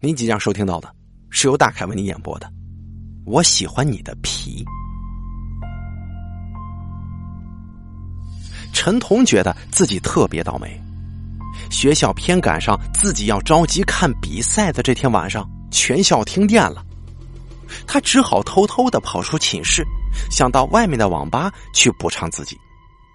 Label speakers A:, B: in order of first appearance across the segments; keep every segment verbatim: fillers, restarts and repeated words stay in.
A: 您即将收听到的是由大凯为您演播的《我喜欢你的皮》。陈彤觉得自己特别倒霉，学校偏赶上自己要着急看比赛的这天晚上，全校停电了。他只好偷偷地跑出寝室，想到外面的网吧去补偿自己。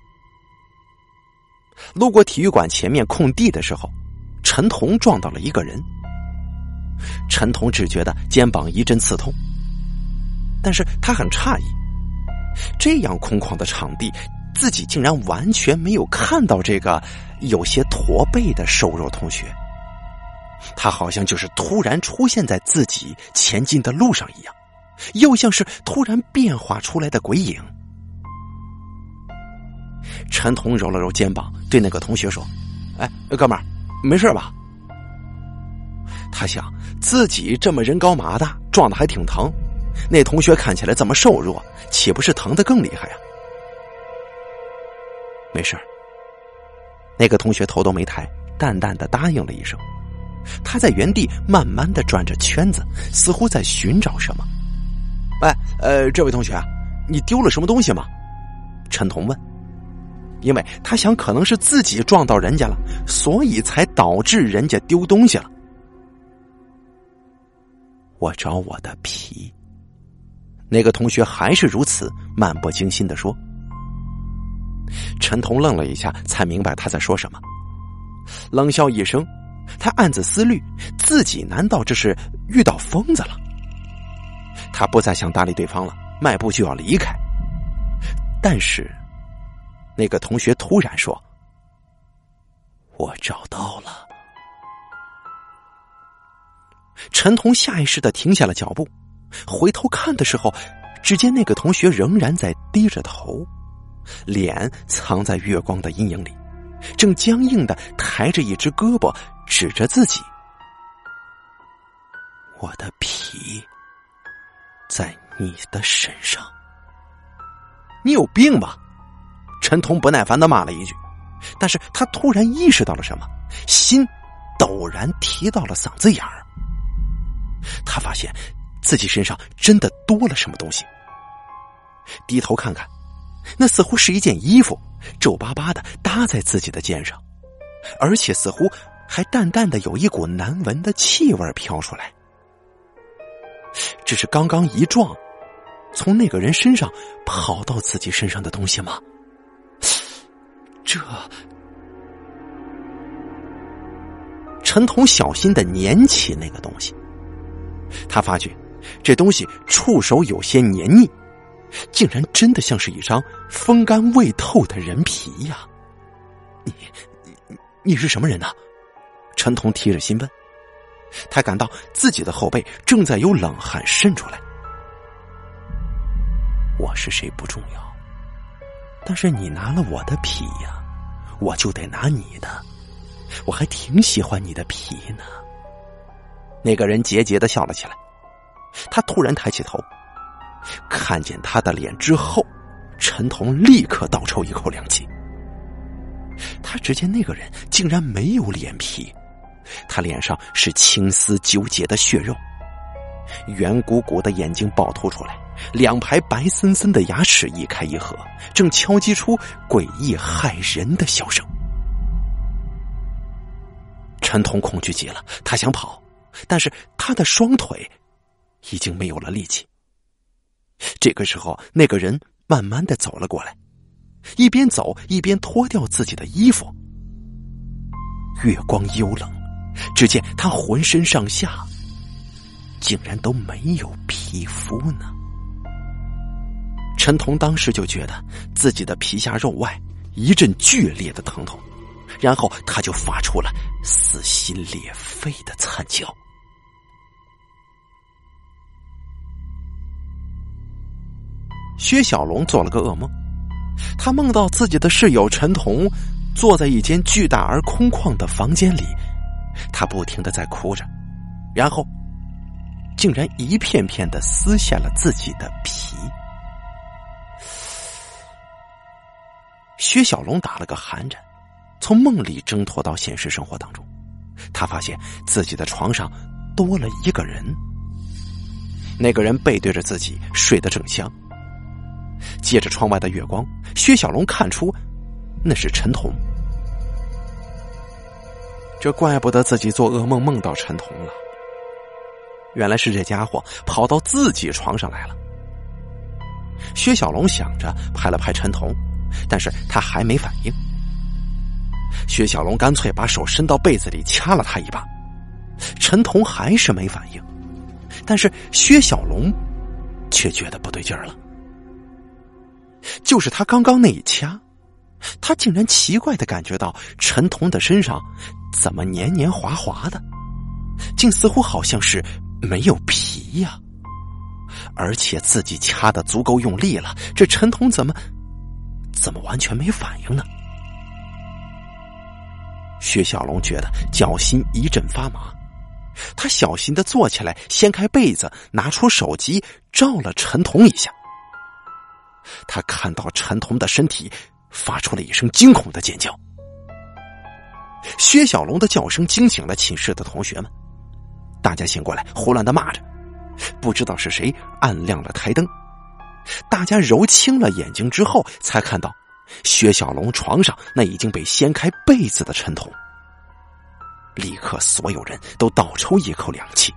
A: 路过体育馆前面空地的时候，陈彤撞到了一个人。陈彤只觉得肩膀一阵刺痛，但是他很诧异，这样空旷的场地，自己竟然完全没有看到这个有些驼背的瘦肉同学。他好像就是突然出现在自己前进的路上一样，又像是突然变化出来的鬼影。陈彤揉了揉肩膀，对那个同学说：哎，哥们儿，没事吧？他想自己这么人高马大，撞得还挺疼，那同学看起来这么瘦弱，岂不是疼得更厉害啊？没事。那个同学头都没抬，淡淡的答应了一声。他在原地慢慢的转着圈子，似乎在寻找什么。哎，呃，这位同学啊，你丢了什么东西吗？陈彤问。因为他想可能是自己撞到人家了，所以才导致人家丢东西了。我找我的皮。那个同学还是如此漫不经心地说。陈彤愣了一下，才明白他在说什么，冷笑一声。他暗自思虑，自己难道这是遇到疯子了？他不再想搭理对方了，迈步就要离开。但是那个同学突然说：我找到了。陈彤下意识地停下了脚步，回头看的时候，只见那个同学仍然在低着头，脸藏在月光的阴影里，正僵硬地抬着一只胳膊指着自己。我的皮在你的身上。你有病吧？陈彤不耐烦地骂了一句，但是他突然意识到了什么，心陡然提到了嗓子眼儿。他发现自己身上真的多了什么东西，低头看看，那似乎是一件衣服，皱巴巴的搭在自己的肩上，而且似乎还淡淡的有一股难闻的气味飘出来。这是刚刚一撞从那个人身上跑到自己身上的东西吗？这……陈彤小心的捻起那个东西，他发觉这东西触手有些黏腻，竟然真的像是一张风干未透的人皮呀！你你你是什么人呢？陈彤提着心问。他感到自己的后背正在有冷汗渗出来。我是谁不重要，但是你拿了我的皮呀，我就得拿你的，我还挺喜欢你的皮呢。那个人桀桀地笑了起来。他突然抬起头，看见他的脸之后，陈彤立刻倒抽一口凉气。他只见那个人竟然没有脸皮，他脸上是青丝纠结的血肉，圆鼓鼓的眼睛暴突出来，两排白森森的牙齿一开一合，正敲击出诡异骇人的笑声。陈彤恐惧极了，他想跑，但是他的双腿已经没有了力气。这个时候，那个人慢慢的走了过来，一边走一边脱掉自己的衣服。月光幽冷，只见他浑身上下竟然都没有皮肤呢。陈彤当时就觉得自己的皮下肉外一阵剧烈的疼痛，然后他就发出了撕心裂肺的惨叫。薛小龙做了个噩梦，他梦到自己的室友陈彤坐在一间巨大而空旷的房间里，他不停地在哭着，然后竟然一片片地撕下了自己的皮。薛小龙打了个寒战，从梦里挣脱到现实生活当中。他发现自己的床上多了一个人。那个人背对着自己，睡得正香。借着窗外的月光，薛小龙看出那是陈彤。这怪不得自己做噩梦梦到陈彤了，原来是这家伙跑到自己床上来了。薛小龙想着拍了拍陈彤，但是他还没反应。薛小龙干脆把手伸到被子里掐了他一把，陈彤还是没反应，但是薛小龙却觉得不对劲儿了。就是他刚刚那一掐，他竟然奇怪地感觉到陈彤的身上怎么黏黏滑滑的，竟似乎好像是没有皮呀、啊。而且自己掐得足够用力了，这陈彤怎么怎么完全没反应呢？薛小龙觉得脚心一阵发麻，他小心地坐起来，掀开被子，拿出手机照了陈彤一下。他看到陈彤的身体发出了一声惊恐的尖叫。薛小龙的叫声惊醒了寝室的同学们，大家醒过来胡乱地骂着，不知道是谁按亮了台灯。大家揉清了眼睛之后，才看到薛小龙床上那已经被掀开被子的陈彤。立刻所有人都倒抽一口凉气。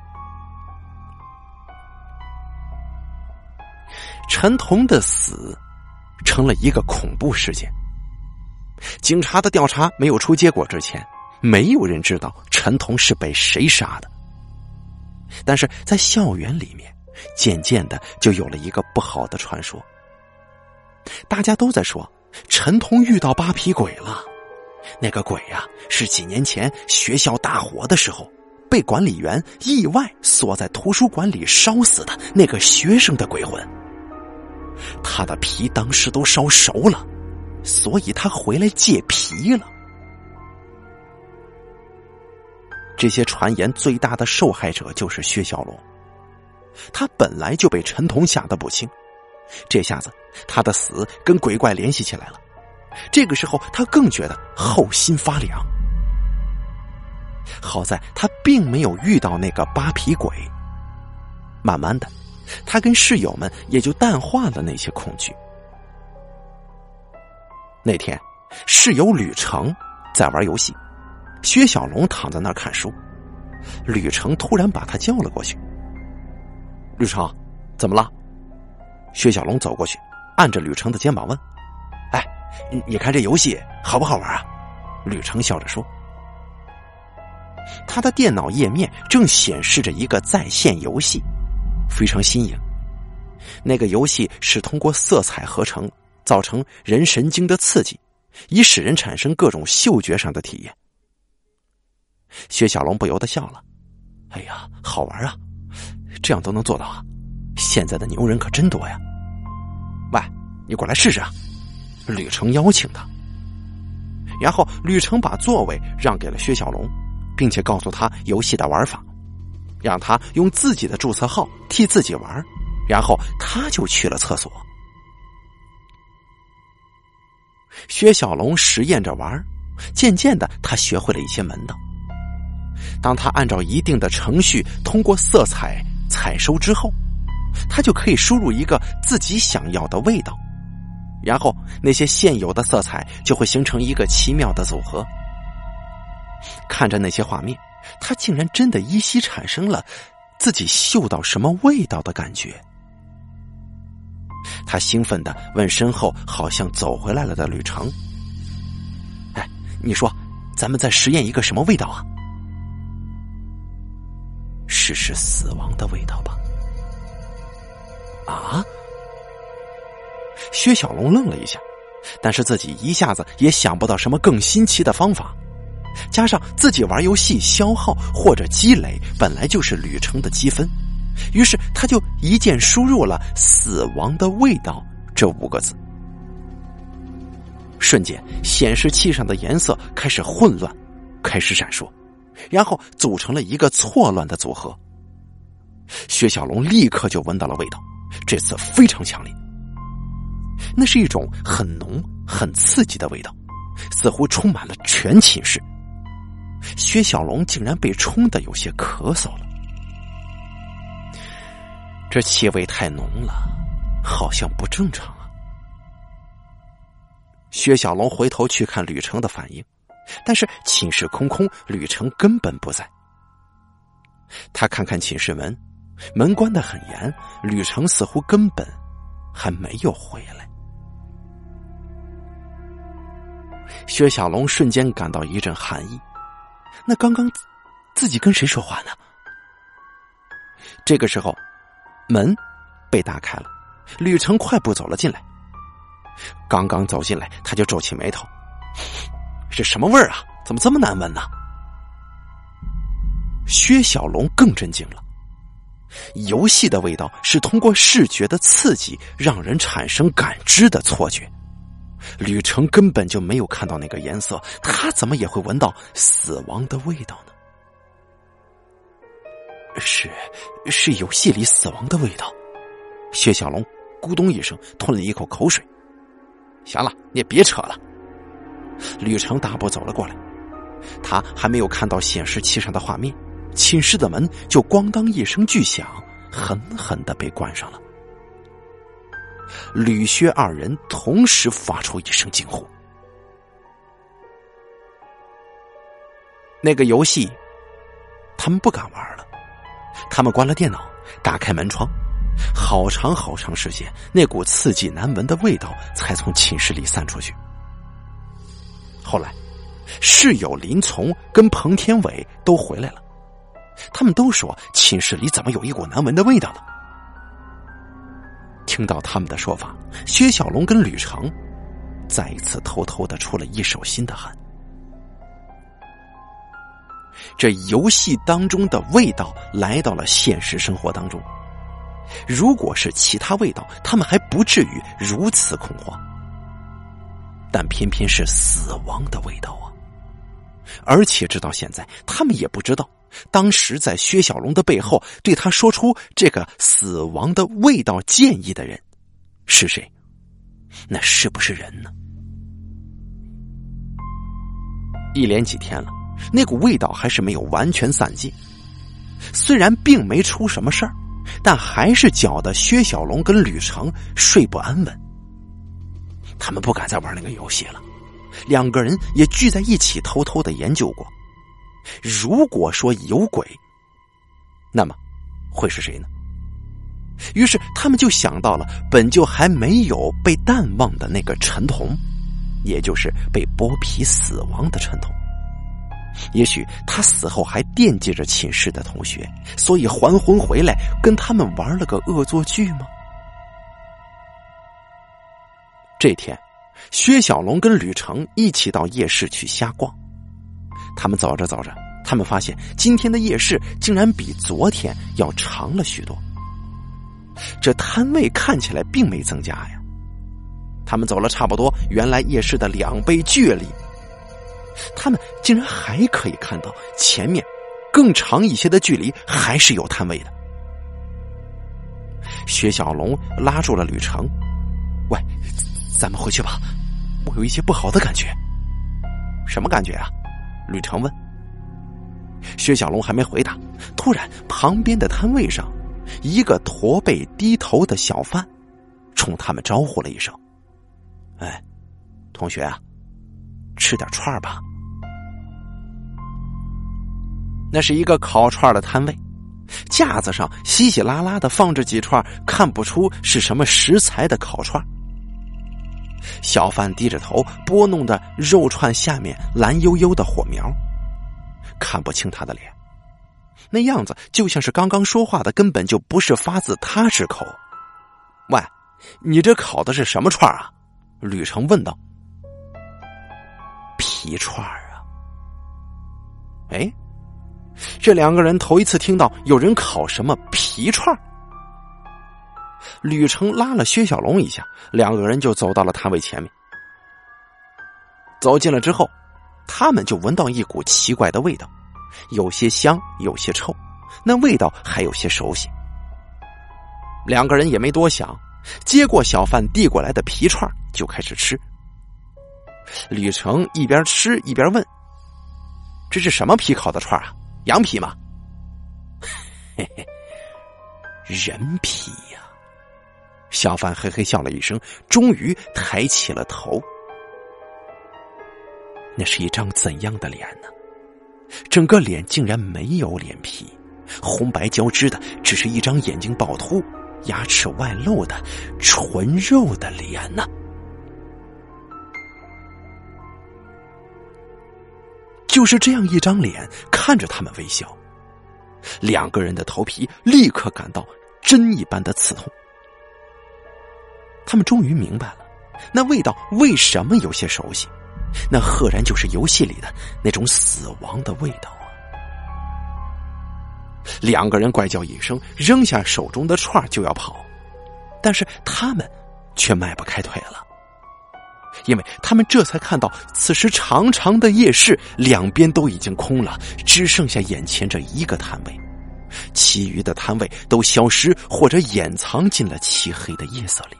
A: 陈彤的死成了一个恐怖事件。警察的调查没有出结果之前，没有人知道陈彤是被谁杀的。但是在校园里面，渐渐的就有了一个不好的传说。大家都在说陈彤遇到扒皮鬼了，那个鬼呀、啊，是几年前学校大火的时候被管理员意外锁在图书馆里烧死的那个学生的鬼魂。他的皮当时都烧熟了，所以他回来借皮了。这些传言最大的受害者就是薛小龙，他本来就被陈彤吓得不轻，这下子他的死跟鬼怪联系起来了，这个时候他更觉得后心发凉。好在他并没有遇到那个扒皮鬼，慢慢的他跟室友们也就淡化了那些恐惧。那天室友吕成在玩游戏，薛小龙躺在那儿看书，吕成突然把他叫了过去。吕成，怎么了？薛小龙走过去，按着吕成的肩膀问：哎，你看这游戏好不好玩啊？吕成笑着说。他的电脑页面正显示着一个在线游戏，非常新颖。那个游戏是通过色彩合成造成人神经的刺激，以使人产生各种嗅觉上的体验。薛小龙不由得笑了，哎呀，好玩啊，这样都能做到啊，现在的牛人可真多呀。喂，你过来试试啊。吕成邀请他，然后吕成把座位让给了薛小龙，并且告诉他游戏的玩法，让他用自己的注册号替自己玩，然后他就去了厕所。薛小龙实验着玩，渐渐的他学会了一些门道。当他按照一定的程序通过色彩采收之后，他就可以输入一个自己想要的味道，然后那些现有的色彩就会形成一个奇妙的组合。看着那些画面，他竟然真的依稀产生了自己嗅到什么味道的感觉。他兴奋地问身后好像走回来了的吕成：哎，你说咱们再实验一个什么味道啊？试试死亡的味道吧。啊？薛小龙愣了一下，但是自己一下子也想不到什么更新奇的方法，加上自己玩游戏消耗或者积累本来就是旅程的积分，于是他就一键输入了死亡的味道这五个字。瞬间显示器上的颜色开始混乱，开始闪烁，然后组成了一个错乱的组合。薛小龙立刻就闻到了味道，这次非常强烈，那是一种很浓很刺激的味道，似乎充满了全寝室。薛小龙竟然被冲得有些咳嗽了。 这气味太浓了，好像不正常啊。薛小龙回头去看吕程的反应，但是寝室空空，吕程根本不在。他看看寝室门，门关得很严，吕程似乎根本还没有回来。薛小龙瞬间感到一阵寒意，那刚刚自己跟谁说话呢？这个时候门被打开了，吕程快步走了进来。刚刚走进来他就皱起眉头，这什么味儿啊，怎么这么难闻呢？薛小龙更震惊了，游戏的味道是通过视觉的刺激让人产生感知的错觉，吕程根本就没有看到那个颜色，他怎么也会闻到死亡的味道呢？是是游戏里死亡的味道。薛小龙咕咚一声吞了一口口水。行了，你也别扯了。吕程大步走了过来，他还没有看到显示器上的画面，寝室的门就咣当一声巨响，狠狠地被关上了。吕薛二人同时发出一声惊呼。那个游戏他们不敢玩了，他们关了电脑，打开门窗，好长好长时间，那股刺激难闻的味道才从寝室里散出去。后来室友林从跟彭天伟都回来了，他们都说寝室里怎么有一股难闻的味道呢？听到他们的说法，薛小龙跟吕程再一次偷偷的出了一手心的汗。这游戏当中的味道来到了现实生活当中，如果是其他味道，他们还不至于如此恐慌，但偏偏是死亡的味道啊！而且直到现在，他们也不知道当时在薛小龙的背后对他说出这个死亡的味道建议的人是谁，那是不是人呢？一连几天了，那股味道还是没有完全散尽，虽然并没出什么事儿，但还是搅得薛小龙跟吕程睡不安稳。他们不敢再玩那个游戏了，两个人也聚在一起偷偷的研究过，如果说有鬼，那么会是谁呢？于是他们就想到了本就还没有被淡忘的那个陈同，也就是被剥皮死亡的陈同。也许他死后还惦记着寝室的同学，所以还魂回来跟他们玩了个恶作剧吗？这天，薛小龙跟吕程一起到夜市去瞎逛。他们走着走着，他们发现今天的夜市竟然比昨天要长了许多。这摊位看起来并没增加呀。他们走了差不多原来夜市的两倍距离，他们竟然还可以看到前面更长一些的距离还是有摊位的。薛小龙拉住了吕程，喂，咱们回去吧，我有一些不好的感觉。什么感觉啊？吕程问。薛小龙还没回答，突然旁边的摊位上一个驼背低头的小贩冲他们招呼了一声，哎，同学啊，吃点串吧。那是一个烤串的摊位，架子上稀稀拉拉的放着几串看不出是什么食材的烤串。小贩低着头拨弄的肉串下面蓝幽幽的火苗，看不清他的脸，那样子就像是刚刚说话的根本就不是发自他之口。喂，你这烤的是什么串啊？吕程问道。皮串啊。哎，这两个人头一次听到有人烤什么皮串。吕程拉了薛小龙一下，两个人就走到了摊位前面。走近了之后，他们就闻到一股奇怪的味道，有些香有些臭，那味道还有些熟悉。两个人也没多想，接过小贩递过来的皮串就开始吃。吕程一边吃一边问，这是什么皮烤的串啊？羊皮吗？嘿嘿， 人皮呀！小贩嘿嘿笑了一声，终于抬起了头。那是一张怎样的脸呢？整个脸竟然没有脸皮，红白交织的，只是一张眼睛暴突、牙齿外露的纯肉的脸呢。就是这样一张脸看着他们微笑，两个人的头皮立刻感到针一般的刺痛。他们终于明白了，那味道为什么有些熟悉，那赫然就是游戏里的那种死亡的味道啊！两个人怪叫一声，扔下手中的串就要跑，但是他们却迈不开腿了，因为他们这才看到，此时长长的夜市两边都已经空了，只剩下眼前这一个摊位，其余的摊位都消失或者掩藏进了漆黑的夜色里。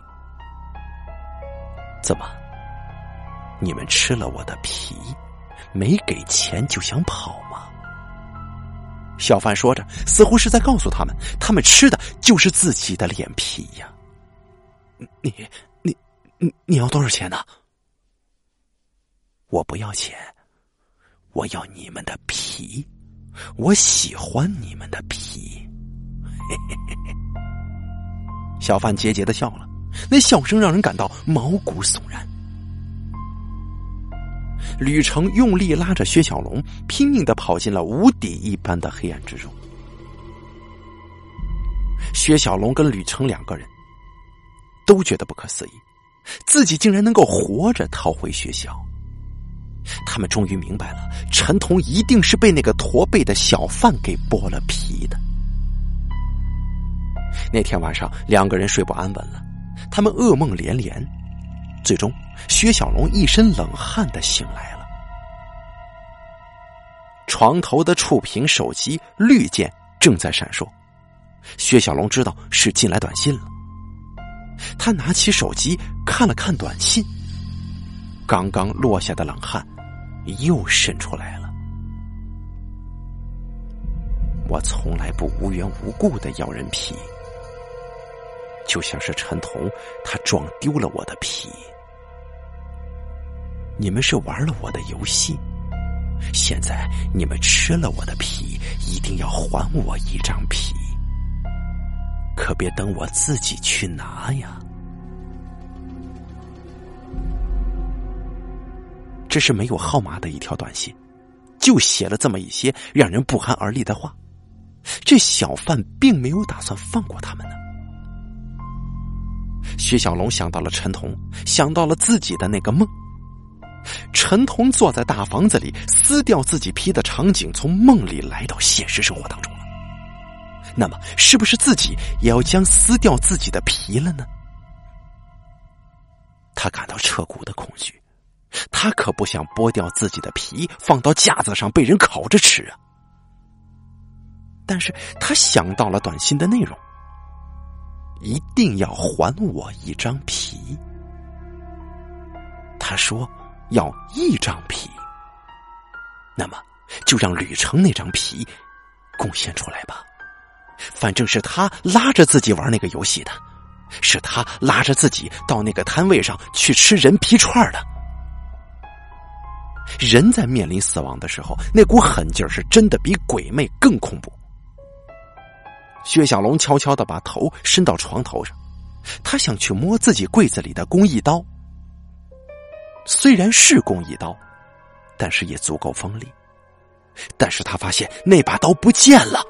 A: 怎么，你们吃了我的皮，没给钱就想跑吗？小贩说着，似乎是在告诉他们，他们吃的就是自己的脸皮呀。你你你你要多少钱呢？我不要钱，我要你们的皮，我喜欢你们的皮。嘿嘿嘿嘿。小贩桀桀的笑了，那笑声让人感到毛骨悚然。吕成用力拉着薛小龙，拼命地跑进了无底一般的黑暗之中。薛小龙跟吕成两个人都觉得不可思议，自己竟然能够活着逃回学校。他们终于明白了，陈彤一定是被那个驼背的小贩给剥了皮的。那天晚上两个人睡不安稳了，他们噩梦连连，最终薛小龙一身冷汗的醒来了。床头的触屏手机绿键正在闪烁，薛小龙知道是进来短信了。他拿起手机看了看短信，刚刚落下的冷汗又渗出来了。我从来不无缘无故的要人皮，就像是陈彤他撞丢了我的皮。你们是玩了我的游戏，现在你们吃了我的皮，一定要还我一张皮，可别等我自己去拿呀。这是没有号码的一条短信，就写了这么一些让人不寒而栗的话。这小贩并没有打算放过他们呢。薛小龙想到了陈彤，想到了自己的那个梦。陈彤坐在大房子里撕掉自己皮的场景从梦里来到现实生活当中了，那么是不是自己也要将撕掉自己的皮了呢？他感到彻骨的恐惧，他可不想剥掉自己的皮放到架子上被人烤着吃啊。但是他想到了短信的内容，一定要还我一张皮。他说要一张皮，那么就让吕成那张皮贡献出来吧。反正是他拉着自己玩那个游戏的，是他拉着自己到那个摊位上去吃人皮串的。人在面临死亡的时候，那股狠劲儿是真的比鬼魅更恐怖。薛小龙悄悄地把头伸到床头上，他想去摸自己柜子里的工艺刀。虽然是工艺刀，但是也足够锋利。但是他发现那把刀不见了。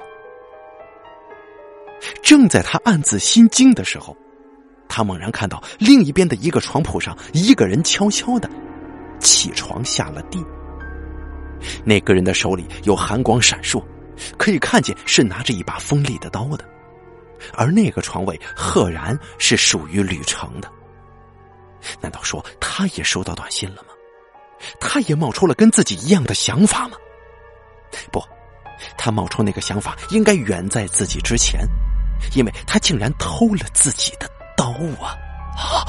A: 正在他暗自心惊的时候，他猛然看到另一边的一个床铺上，一个人悄悄地起床下了地。那个人的手里有寒光闪烁，可以看见是拿着一把锋利的刀的，而那个床位赫然是属于吕成的。难道说他也收到短信了吗？他也冒出了跟自己一样的想法吗？不，他冒出那个想法应该远在自己之前，因为他竟然偷了自己的刀啊！啊！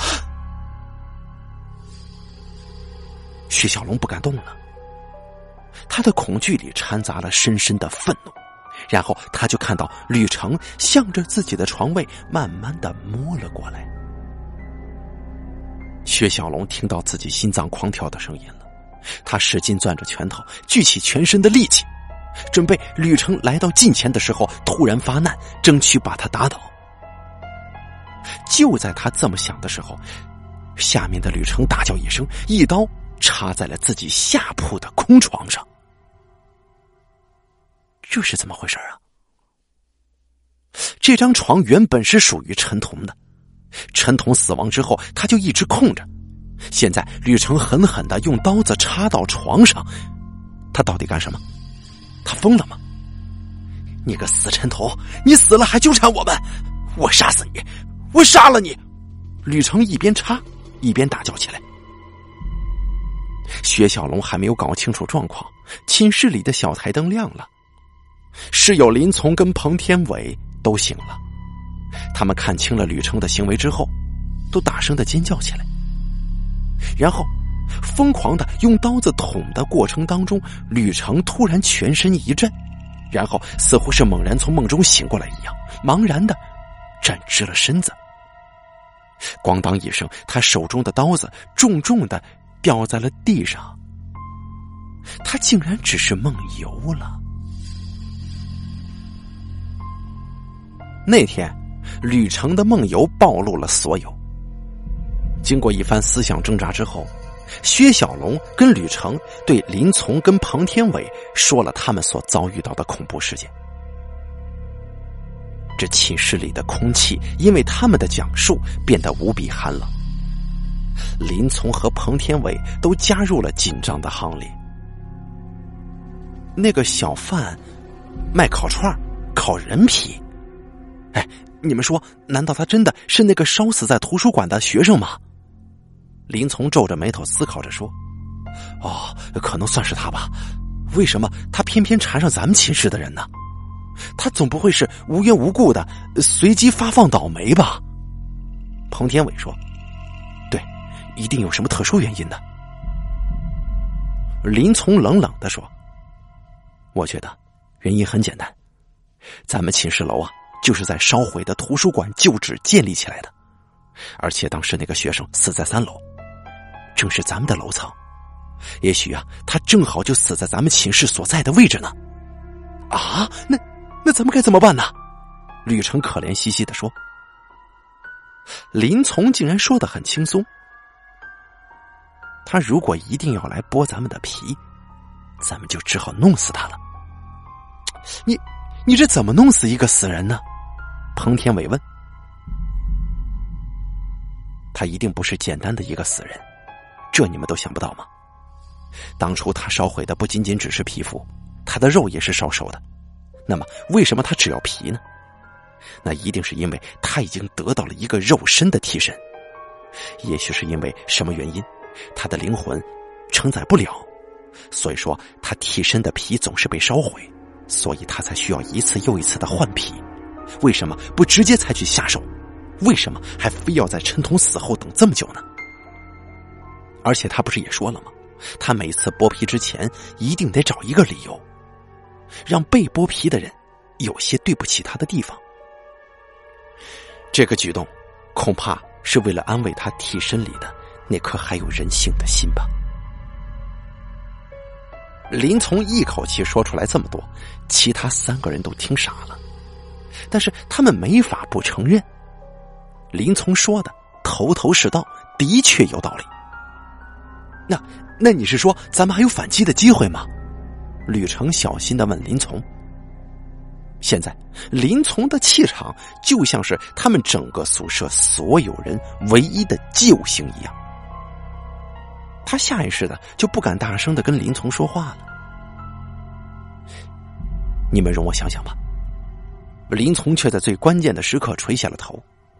A: 薛小龙不敢动了，他的恐惧里掺杂了深深的愤怒， 然后他就看到吕程向着自己的床位慢慢的摸了过来。薛小龙听到自己心脏狂跳的声音了，他使劲攥着拳头，聚起全身的力气，准备吕程来到近前的时候突然发难，争取把他打倒。就在他这么想的时候，下面的吕程大叫一声，一刀插在了自己下铺的空床上。这是怎么回事啊？这张床原本是属于陈彤的，陈彤死亡之后他就一直空着，现在吕程狠狠地用刀子插到床上，他到底干什么？他疯了吗？你个死陈彤，你死了还纠缠我们，我杀死你，我杀了你！吕程一边插一边大叫起来。薛小龙还没有搞清楚状况，寝室里的小台灯亮了，室友林从跟彭天伟都醒了，他们看清了吕程的行为之后都大声的尖叫起来，然后疯狂的用刀子捅的过程当中，吕程突然全身一震，然后似乎是猛然从梦中醒过来一样，茫然的站直了身子。咣当一声，他手中的刀子重重的掉在了地上，他竟然只是梦游了。那天吕程的梦游暴露了所有，经过一番思想挣扎之后，薛小龙跟吕程对林从跟彭天伟说了他们所遭遇到的恐怖事件。这寝室里的空气因为他们的讲述变得无比寒冷，林从和彭天伟都加入了紧张的行列。那个小贩卖烤串烤人皮，哎，你们说难道他真的是那个烧死在图书馆的学生吗？林从皱着眉头思考着说，哦，可能算是他吧，为什么他偏偏缠上咱们寝室的人呢？他总不会是无缘无故的随机发放倒霉吧？彭天伟说，对，一定有什么特殊原因的。林从冷冷地说，我觉得原因很简单，咱们寝室楼啊就是在烧毁的图书馆旧址建立起来的，而且当时那个学生死在三楼，正是咱们的楼层，也许啊他正好就死在咱们寝室所在的位置呢。啊，那那咱们该怎么办呢？吕程可怜兮兮地说。林从竟然说得很轻松，他如果一定要来剥咱们的皮，咱们就只好弄死他了。你你这怎么弄死一个死人呢？彭天伟问。他一定不是简单的一个死人，这你们都想不到吗？当初他烧毁的不仅仅只是皮肤，他的肉也是烧熟的，那么为什么他只要皮呢？那一定是因为他已经得到了一个肉身的替身，也许是因为什么原因，他的灵魂承载不了，所以说他替身的皮总是被烧毁，所以他才需要一次又一次的换皮。为什么不直接采取下手？为什么还非要在陈彤死后等这么久呢？而且他不是也说了吗？他每次剥皮之前一定得找一个理由，让被剥皮的人有些对不起他的地方。这个举动恐怕是为了安慰他替身里的那颗还有人性的心吧。林从一口气说出来这么多，其他三个人都听傻了，但是他们没法不承认，林从说的头头是道，的确有道理。那那你是说咱们还有反击的机会吗？吕程小心地问林从。现在林从的气场就像是他们整个宿舍所有人唯一的救星一样，他下意识的就不敢大声的跟林从说话了。你们容我想想吧。林从却在最关键的时刻垂下了头。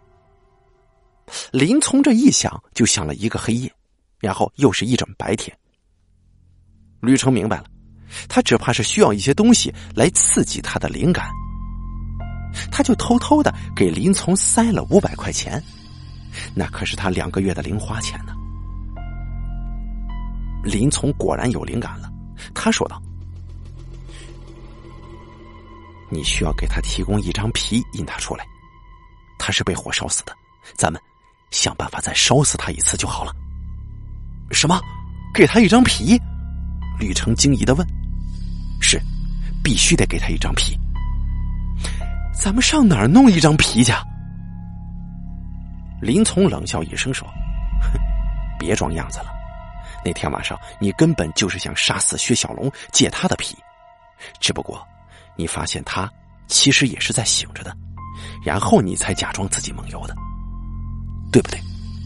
A: 林从这一想就想了一个黑夜，然后又是一整白天。吕程明白了，他只怕是需要一些东西来刺激他的灵感，他就偷偷的给林从塞了五百块钱，那可是他两个月的零花钱呢。林从果然有灵感了，他说道： 你需要给他提供一张皮引他出来。他是被火烧死的，咱们想办法再烧死他一次就好了。什么？给他一张皮？吕成惊疑地问。是，必须得给他一张皮。咱们上哪儿弄一张皮去？林从冷笑一声说，哼，别装样子了，那天晚上你根本就是想杀死薛小龙借他的皮，只不过你发现他其实也是在醒着的，然后你才假装自己梦游的，对不对？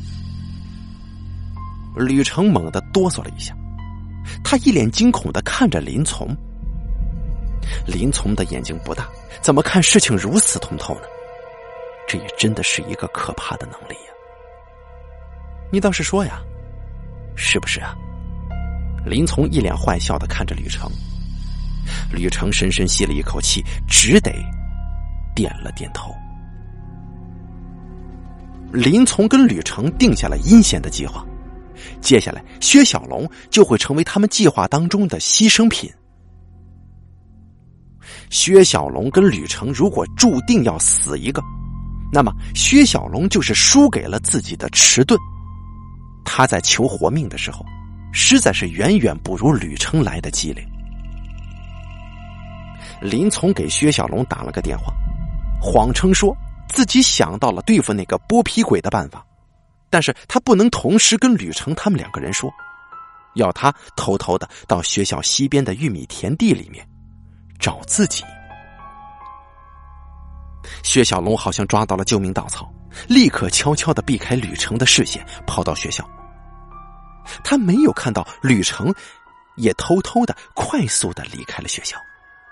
A: 吕成猛地哆嗦了一下，他一脸惊恐地看着林从。林从的眼睛不大，怎么看事情如此通透呢？这也真的是一个可怕的能力呀！你倒是说呀，是不是啊？林从一脸坏笑地看着吕成。吕成深深吸了一口气，只得点了点头。林从跟吕成定下了阴险的计划，接下来薛小龙就会成为他们计划当中的牺牲品。薛小龙跟吕成如果注定要死一个，那么薛小龙就是输给了自己的迟钝。他在求活命的时候，实在是远远不如吕成来的机灵。林从给薛小龙打了个电话，谎称说自己想到了对付那个剥皮鬼的办法，但是他不能同时跟吕成他们两个人说，要他偷偷的到学校西边的玉米田地里面找自己。薛小龙好像抓到了救命稻草，立刻悄悄地避开吕成的视线，跑到学校。他没有看到吕成也偷偷地快速地离开了学校。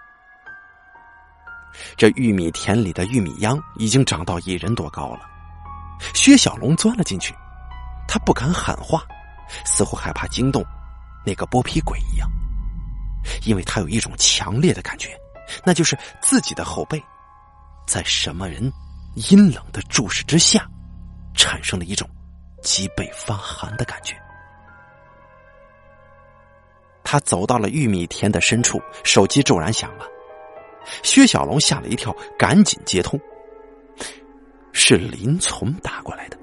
A: 这玉米田里的玉米秧已经长到一人多高了，薛小龙钻了进去，他不敢喊话，似乎害怕惊动那个剥皮鬼一样，因为他有一种强烈的感觉，那就是自己的后背在什么人阴冷的注视之下产生了一种脊背发寒的感觉。他走到了玉米田的深处，手机骤然响了。薛小龙吓了一跳，赶紧接通，是林从打过来的。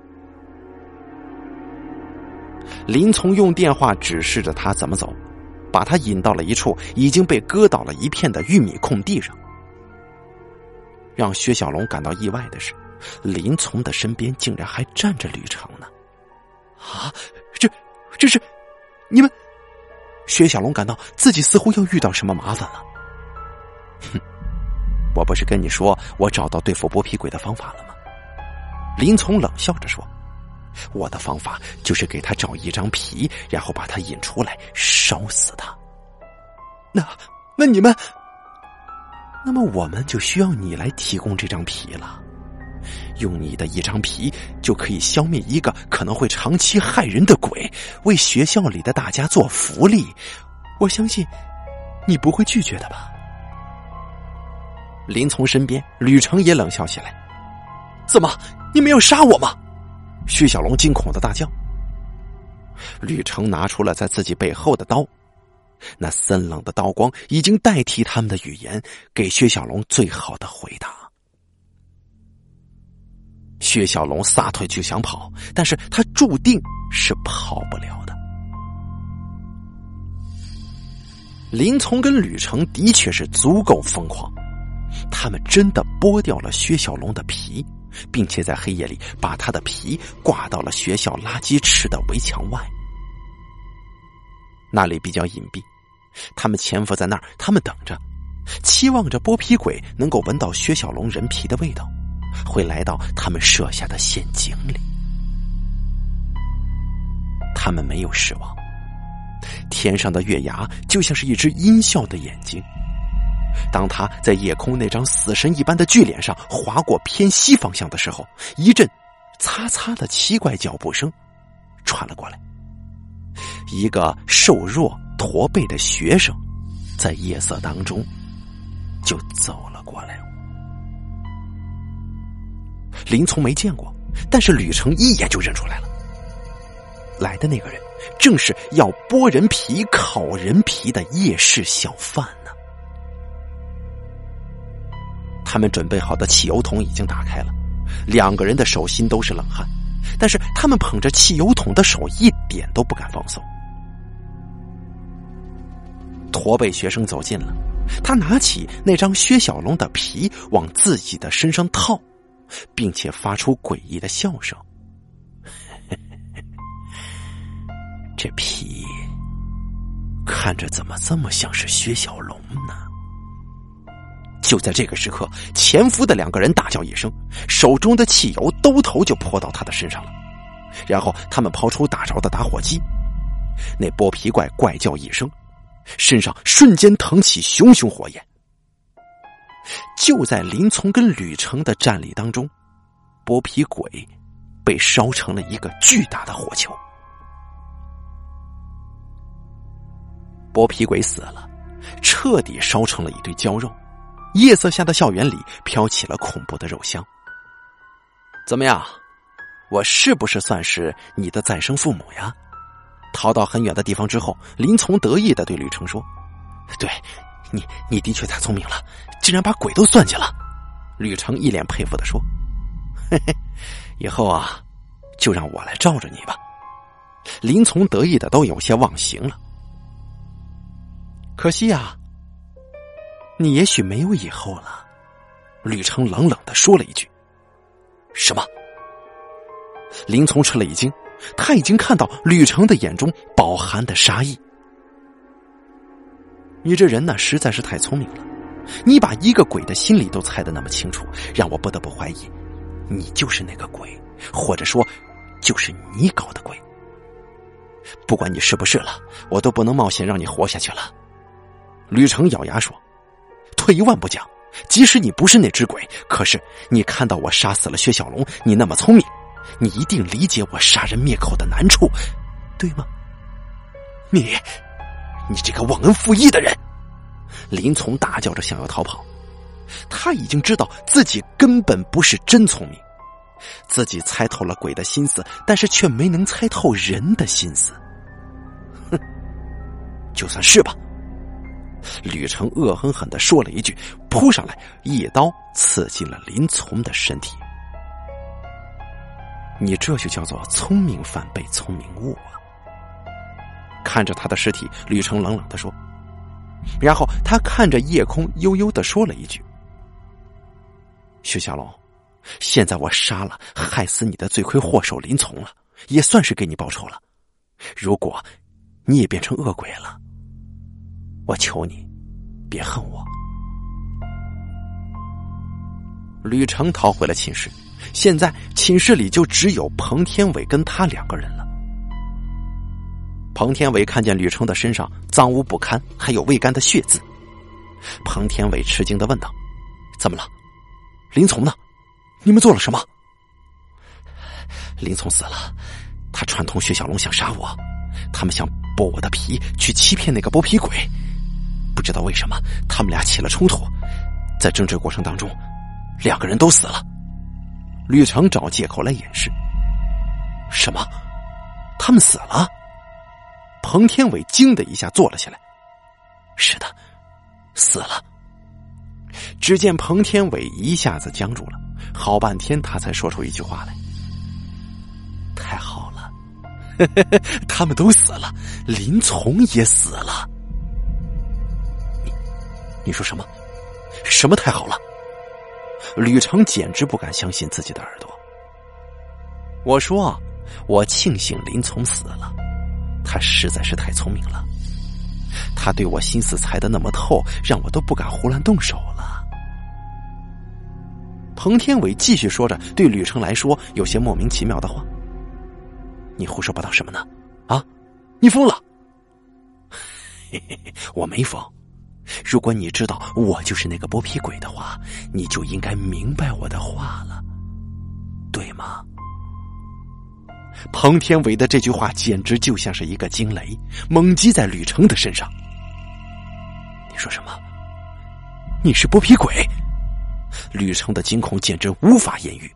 A: 林从用电话指示着他怎么走，把他引到了一处已经被割倒了一片的玉米空地上。让薛小龙感到意外的是，林从的身边竟然还站着吕成呢。啊，这这是你们？薛小龙感到自己似乎要遇到什么麻烦了。哼，我不是跟你说我找到对付剥皮鬼的方法了吗？林从冷笑着说，我的方法就是给他找一张皮，然后把他引出来烧死他。那那你们那么我们就需要你来提供这张皮了。用你的一张皮就可以消灭一个可能会长期害人的鬼，为学校里的大家做福利，我相信你不会拒绝的吧？林从身边，吕成也冷笑起来。怎么，你们要杀我吗？薛小龙惊恐的大叫。吕成拿出了在自己背后的刀，那森冷的刀光已经代替他们的语言，给薛小龙最好的回答。薛小龙撒腿就想跑，但是他注定是跑不了的。林从跟吕成的确是足够疯狂，他们真的剥掉了薛小龙的皮，并且在黑夜里把他的皮挂到了学校垃圾池的围墙外。那里比较隐蔽，他们潜伏在那儿，他们等着，期望着剥皮鬼能够闻到薛小龙人皮的味道，会来到他们设下的陷阱里。他们没有失望，天上的月牙就像是一只阴笑的眼睛，当他在夜空那张死神一般的巨脸上划过偏西方向的时候，一阵擦擦的奇怪脚步声传了过来。一个瘦弱驼背的学生在夜色当中就走了过来。林从没见过，但是吕成一眼就认出来了。来的那个人正是要剥人皮烤人皮的夜市小贩呢。 他们准备好的汽油桶已经打开了，两个人的手心都是冷汗，但是他们捧着汽油桶的手一点都不敢放松。驼背学生走近了，他拿起那张薛小龙的皮往自己的身上套，并且发出诡异的笑声。这皮看着怎么这么像是薛小龙呢？就在这个时刻，前夫的两个人大叫一声，手中的汽油兜头就泼到他的身上了，然后他们抛出打着的打火机，那剥皮怪怪叫一声，身上瞬间腾起熊熊火焰。就在林从跟吕成的战力当中，剥皮鬼被烧成了一个巨大的火球。剥皮鬼死了，彻底烧成了一堆焦肉，夜色下的校园里飘起了恐怖的肉香。怎么样，我是不是算是你的再生父母呀？逃到很远的地方之后，林从得意地对吕成说：对，你你的确太聪明了，竟然把鬼都算计了。吕成一脸佩服地说：嘿嘿，以后啊，就让我来罩着你吧。林从得意的都有些忘形了。可惜啊，你也许没有以后了。吕成冷冷地说了一句。什么？林从吃了一惊，他已经看到吕成的眼中饱含的杀意。你这人呢，实在是太聪明了，你把一个鬼的心理都猜得那么清楚，让我不得不怀疑你就是那个鬼，或者说就是你搞的鬼。不管你是不是了，我都不能冒险让你活下去了。吕成咬牙说，退一万步讲，即使你不是那只鬼，可是你看到我杀死了薛小龙，你那么聪明，你一定理解我杀人灭口的难处，对吗？你你这个忘恩负义的人！林从大叫着想要逃跑，他已经知道自己根本不是真聪明，自己猜透了鬼的心思，但是却没能猜透人的心思。哼，就算是吧。吕成恶狠狠地说了一句，扑上来一刀刺进了林从的身体。你这就叫做聪明反被聪明误啊！看着他的尸体，吕成冷冷地说，然后他看着夜空悠悠地说了一句：薛小龙，现在我杀了害死你的罪魁祸首林从了，也算是给你报仇了。如果你也变成恶鬼了，我求你别恨我。吕成逃回了寝室，现在寝室里就只有彭天伟跟他两个人了。彭天伟看见吕成的身上脏污不堪，还有未干的血渍。彭天伟吃惊地问道：怎么了？林从呢？你们做了什么？林从死了，他串通薛小龙想杀我，他们想剥我的皮去欺骗那个剥皮鬼。不知道为什么他们俩起了冲突，在争执过程当中两个人都死了。吕成找借口来掩饰。什么？他们死了？彭天伟惊的一下坐了起来。是的，死了。只见彭天伟一下子僵住了，好半天他才说出一句话来：太好了，他们都死了，林从也死了。你你说什么？什么太好了？吕成简直不敢相信自己的耳朵。我说，我庆幸林从死了，他实在是太聪明了，他对我心思猜得那么透，让我都不敢胡乱动手了。彭天伟继续说着对吕成来说有些莫名其妙的话。你胡说八道什么呢？啊，你疯了？嘿嘿嘿，我没疯。如果你知道我就是那个剥皮鬼的话，你就应该明白我的话了，对吗？彭天伟的这句话简直就像是一个惊雷，猛击在吕成的身上。你说什么？你是剥皮鬼？吕成的惊恐简直无法言喻。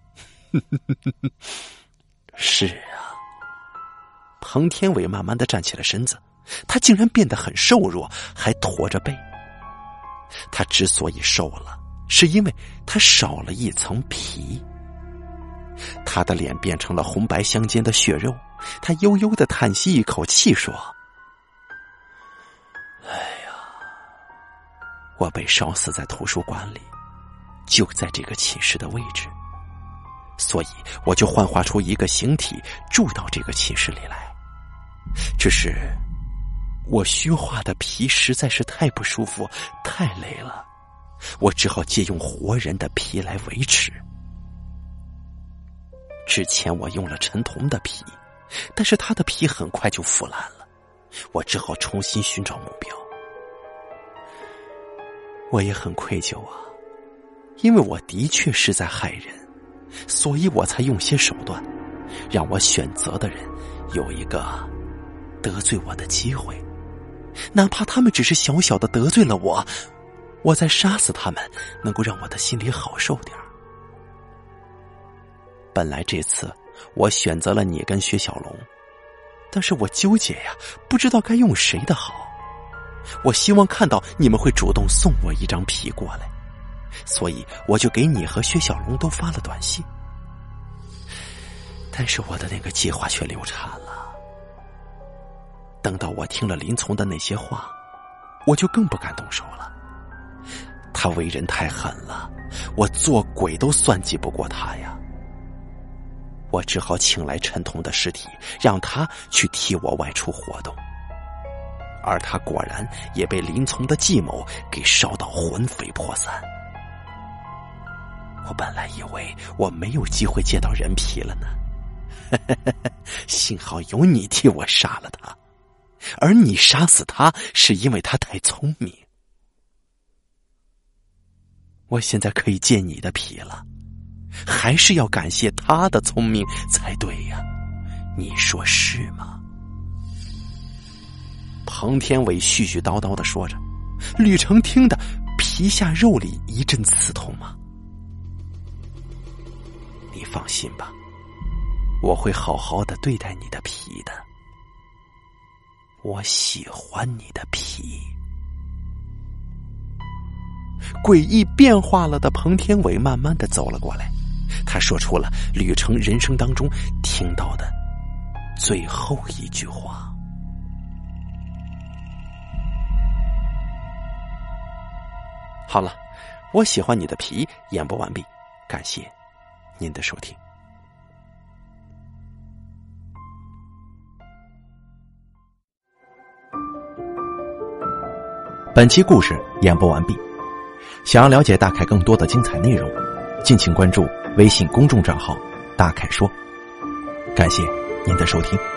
A: 是啊。彭天伟慢慢地站起了身子，他竟然变得很瘦弱，还驼着背。他之所以瘦了， 是因为他少了一层皮。他的脸变成了红白相间的血肉，他悠悠地叹息一口气说：哎呀，我被烧死在图书馆里，就在这个寝室的位置，所以我就幻化出一个形体住到这个寝室里来。只是我虚化的皮实在是太不舒服，太累了，我只好借用活人的皮来维持。之前我用了陈彤的皮，但是他的皮很快就腐烂了，我只好重新寻找目标。我也很愧疚啊，因为我的确是在害人，所以我才用些手段，让我选择的人有一个得罪我的机会，哪怕他们只是小小的得罪了我，我再杀死他们，能够让我的心里好受点儿。本来这次我选择了你跟薛小龙，但是我纠结呀，不知道该用谁的好。我希望看到你们会主动送我一张皮过来，所以我就给你和薛小龙都发了短信。但是我的那个计划却流产了。等到我听了林从的那些话，我就更不敢动手了。他为人太狠了，我做鬼都算计不过他呀。我只好请来陈彤的尸体，让他去替我外出活动。而他果然也被林从的计谋给烧到魂飞魄散。我本来以为我没有机会见到人皮了呢，幸好有你替我杀了他，而你杀死他是因为他太聪明。我现在可以见你的皮了，还是要感谢他的聪明才对呀，你说是吗？庞天伟絮絮叨叨地说着，吕成听得皮下肉里一阵刺痛吗？你放心吧，我会好好的对待你的皮的，我喜欢你的皮。诡异变化了的彭天伟慢慢的走了过来，他说出了吕成人生当中听到的最后一句话。好了，我喜欢你的皮演播完毕，感谢您的收听。本期故事演播完毕，想要了解大凯更多的精彩内容，敬请关注微信公众账号大凯说。感谢您的收听。